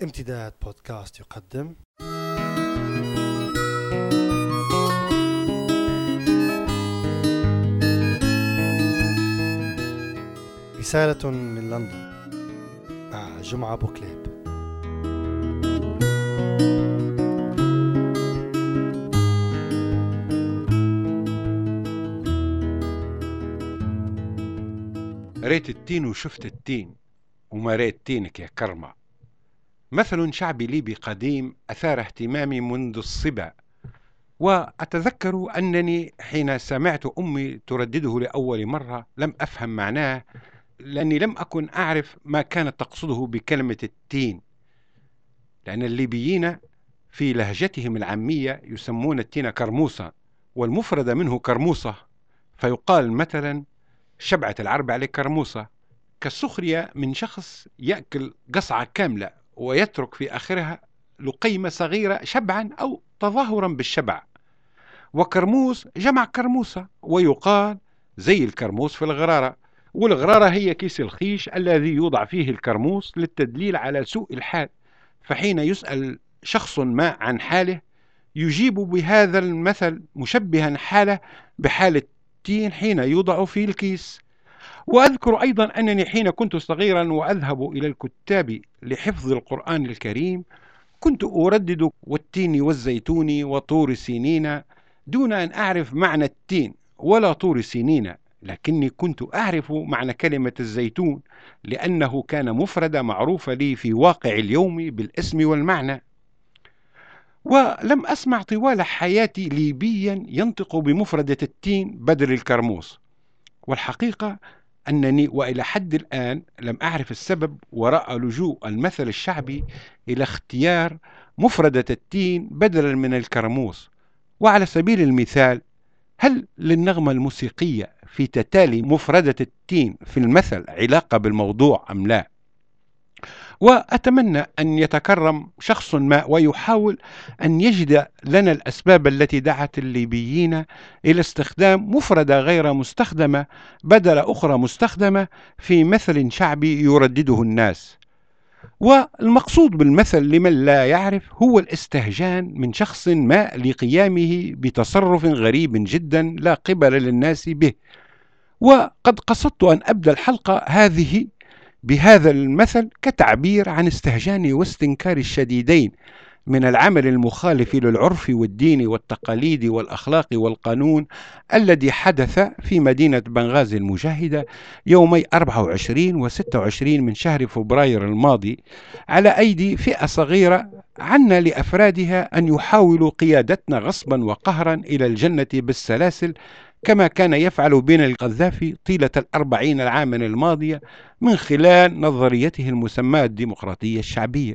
امتداد بودكاست يقدم رسالة من لندن مع جمعة بوكليب. ريت التين وشفت التين وما ريت تينك يا كرمة. مثل شعبي ليبي قديم أثار اهتمامي منذ الصبا، وأتذكر أنني حين سمعت أمي تردده لأول مرة لم أفهم معناه، لأني لم أكن أعرف ما كانت تقصده بكلمة التين، لأن الليبيين في لهجتهم العامية يسمون التين كرموسة، والمفرد منه كرموسة، فيقال مثلا شبعة العرب عليه كرموسة، كالسخرية من شخص يأكل قصعة كاملة ويترك في آخرها لقيمة صغيرة شبعا أو تظاهرا بالشبع. وكرموس جمع كرموسة، ويقال زي الكرموس في الغرارة، والغرارة هي كيس الخيش الذي يوضع فيه الكرموس للتدليل على سوء الحال، فحين يسأل شخص ما عن حاله يجيب بهذا المثل مشبها حاله بحال التين حين يوضع في الكيس. وأذكر أيضا أنني حين كنت صغيرا وأذهب إلى الكتاب لحفظ القرآن الكريم كنت أردد والتين والزيتون وطور سينين دون أن أعرف معنى التين ولا طور سينين، لكني كنت أعرف معنى كلمة الزيتون لأنه كان مفرد معروف لي في واقع اليوم بالاسم والمعنى. ولم أسمع طوال حياتي ليبيا ينطق بمفردة التين بدل الكرموس، والحقيقة أنني وإلى حد الآن لم أعرف السبب وراء لجوء المثل الشعبي إلى اختيار مفردة التين بدلا من الكرموس. وعلى سبيل المثال، هل للنغمة الموسيقية في تتالي مفردة التين في المثل علاقة بالموضوع أم لا؟ وأتمنى أن يتكرم شخص ما ويحاول أن يجد لنا الأسباب التي دعت الليبيين إلى استخدام مفردة غير مستخدمة بدل أخرى مستخدمة في مثل شعبي يردده الناس. والمقصود بالمثل لمن لا يعرف هو الاستهجان من شخص ما لقيامه بتصرف غريب جدا لا قبل للناس به. وقد قصدت أن أبدأ الحلقة هذه بهذا المثل كتعبير عن استهجاني واستنكاري الشديدين من العمل المخالف للعرف والدين والتقاليد والأخلاق والقانون الذي حدث في مدينة بنغازي المجاهدة يومي 24 و 26 من شهر فبراير الماضي على أيدي فئة صغيرة عنا لأفرادها أن يحاولوا قيادتنا غصبا وقهرا إلى الجنة بالسلاسل، كما كان يفعل بنا القذافي طيلة 40 عاما الماضية من خلال نظريته المسماة الديمقراطية الشعبية.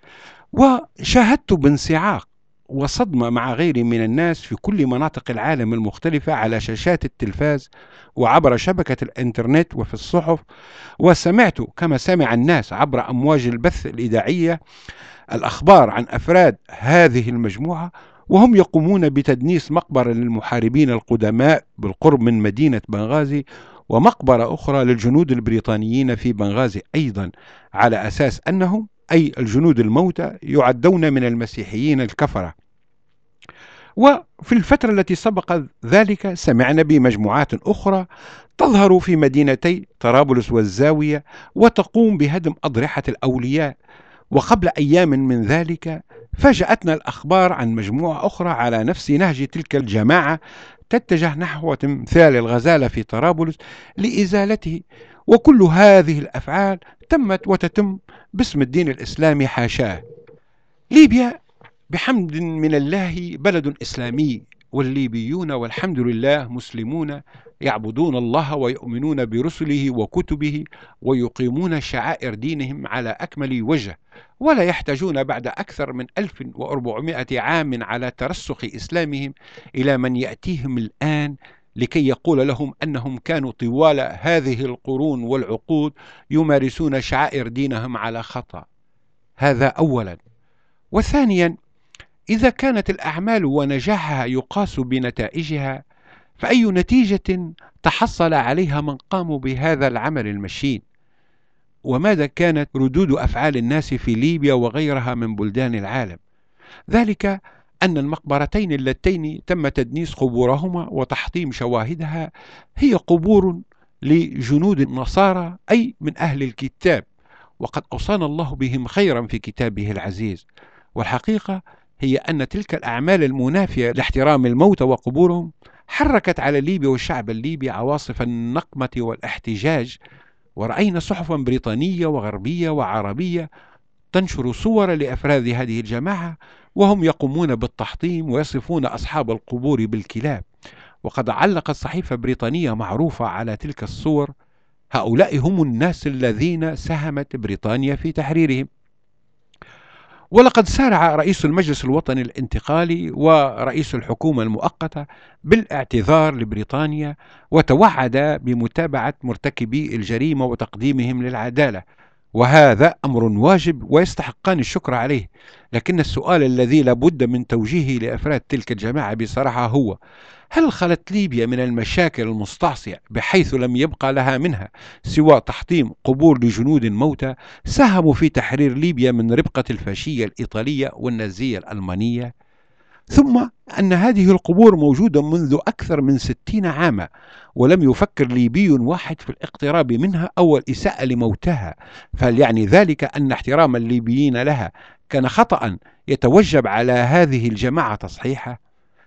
وشاهدت بانصعاق وصدمة مع غيري من الناس في كل مناطق العالم المختلفة على شاشات التلفاز وعبر شبكة الإنترنت وفي الصحف، وسمعت كما سمع الناس عبر أمواج البث الإذاعية الأخبار عن أفراد هذه المجموعة وهم يقومون بتدنيس مقبرة للمحاربين القدماء بالقرب من مدينة بنغازي، ومقبرة أخرى للجنود البريطانيين في بنغازي أيضا، على أساس أنهم أي الجنود الموتى يعدون من المسيحيين الكفرة. وفي الفترة التي سبق ذلك سمعنا بمجموعات أخرى تظهر في مدينتي طرابلس والزاوية وتقوم بهدم أضرحة الأولياء. وقبل أيام من ذلك فاجأتنا الأخبار عن مجموعة أخرى على نفس نهج تلك الجماعة تتجه نحو تمثال الغزالة في طرابلس لإزالته. وكل هذه الأفعال تمت وتتم باسم الدين الإسلامي حاشاه. ليبيا بحمد من الله بلد إسلامي، والليبيون والحمد لله مسلمون يعبدون الله ويؤمنون برسله وكتبه ويقيمون شعائر دينهم على أكمل وجه، ولا يحتاجون بعد أكثر من 1400 عام على ترسخ إسلامهم إلى من يأتيهم الآن لكي يقول لهم أنهم كانوا طوال هذه القرون والعقود يمارسون شعائر دينهم على خطأ. هذا أولا. وثانيا، إذا كانت الأعمال ونجاحها يقاس بنتائجها، فأي نتيجة تحصل عليها من قاموا بهذا العمل المشين؟ وماذا كانت ردود أفعال الناس في ليبيا وغيرها من بلدان العالم؟ ذلك أن المقبرتين اللتين تم تدنيس قبورهما وتحطيم شواهدها هي قبور لجنود النصارى، أي من أهل الكتاب، وقد أوصانا الله بهم خيرا في كتابه العزيز. والحقيقة هي أن تلك الأعمال المنافية لاحترام الموتى وقبورهم حركت على ليبيا والشعب الليبي عواصف النقمة والاحتجاج، ورأينا صحفا بريطانية وغربية وعربية تنشر صور لأفراد هذه الجماعة وهم يقومون بالتحطيم ويصفون أصحاب القبور بالكلاب. وقد علقت صحيفة بريطانية معروفة على تلك الصور: هؤلاء هم الناس الذين ساهمت بريطانيا في تحريرهم. ولقد سارع رئيس المجلس الوطني الانتقالي ورئيس الحكومة المؤقتة بالاعتذار لبريطانيا، وتوعد بمتابعة مرتكبي الجريمة وتقديمهم للعدالة، وهذا أمر واجب ويستحقان الشكر عليه. لكن السؤال الذي لابد من توجيهه لأفراد تلك الجماعة بصراحة هو: هل خلت ليبيا من المشاكل المستعصية بحيث لم يبقى لها منها سوى تحطيم قبور لجنود موتى ساهموا في تحرير ليبيا من ربقة الفاشية الإيطالية والنازية الألمانية؟ ثم أن هذه القبور موجودة منذ أكثر من 60 عاما، ولم يفكر ليبي واحد في الاقتراب منها أو الإساءة لموتاها، فهل يعني ذلك أن احترام الليبيين لها كان خطأ يتوجب على هذه الجماعة تصحيحه؟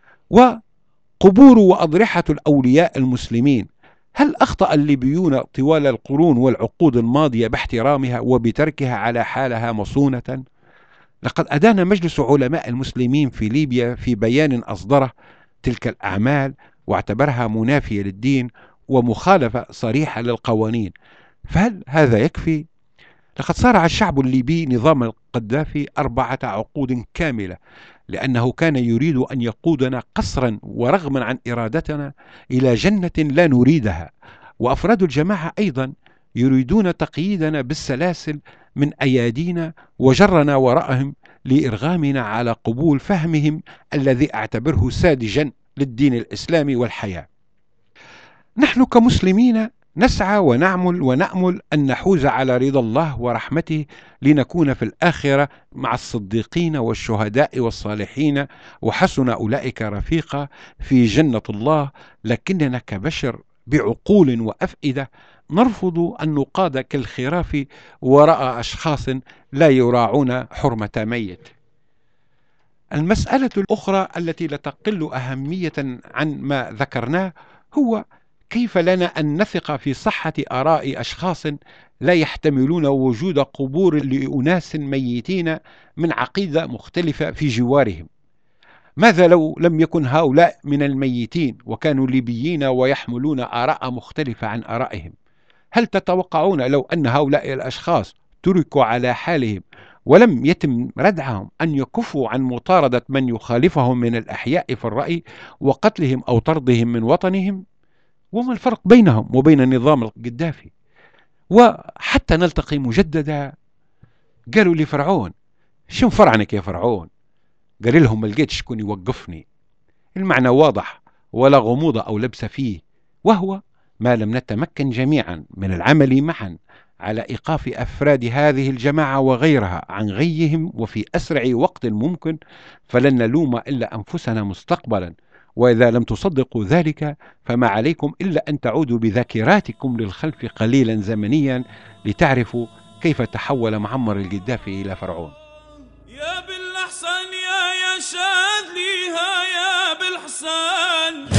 وقبور وأضرحة الأولياء المسلمين، هل أخطأ الليبيون طوال القرون والعقود الماضية باحترامها وبتركها على حالها مصونة؟ لقد أدان مجلس علماء المسلمين في ليبيا في بيان أصدره تلك الأعمال واعتبرها منافية للدين ومخالفة صريحة للقوانين، فهل هذا يكفي؟ لقد صارع الشعب الليبي نظام القذافي 4 عقود كاملة لأنه كان يريد أن يقودنا قسرا ورغما عن إرادتنا إلى جنة لا نريدها، وأفراد الجماعة أيضا يريدون تقييدنا بالسلاسل من أيادينا وجرنا وراءهم لإرغامنا على قبول فهمهم الذي أعتبره ساذجا للدين الإسلامي والحياة. نحن كمسلمين نسعى ونأمل أن نحوز على رضا الله ورحمته لنكون في الآخرة مع الصديقين والشهداء والصالحين، وحسن أولئك رفيقا في جنة الله. لكننا كبشر بعقول وأفئدة نرفض أن نقاد كالخراف وراء أشخاص لا يراعون حرمة ميت. المسألة الأخرى التي لا تقل أهمية عن ما ذكرناه هو كيف لنا أن نثق في صحة آراء أشخاص لا يحتملون وجود قبور لأناس ميتين من عقيدة مختلفة في جوارهم؟ ماذا لو لم يكن هؤلاء من الميتين وكانوا ليبيين ويحملون آراء مختلفة عن آرائهم؟ هل تتوقعون لو أن هؤلاء الأشخاص تركوا على حالهم ولم يتم ردعهم أن يكفوا عن مطاردة من يخالفهم من الأحياء في الرأي وقتلهم أو طردهم من وطنهم؟ وما الفرق بينهم وبين النظام القذافي؟ وحتى نلتقي مجددا قالوا لي: فرعون، شو فرعنك يا فرعون؟ قال لهم: ما لقيتش شكون يوقفني. المعنى واضح ولا غموض أو لبس فيه، وهو ما لم نتمكن جميعا من العمل معا على إيقاف أفراد هذه الجماعة وغيرها عن غيهم وفي أسرع وقت ممكن، فلن نلوم إلا أنفسنا مستقبلا. وإذا لم تصدقوا ذلك فما عليكم إلا أن تعودوا بذاكراتكم للخلف قليلا زمنيا لتعرفوا كيف تحول معمر القذافي إلى فرعون. يا بالأحسن يا شاذليها يا بالحسن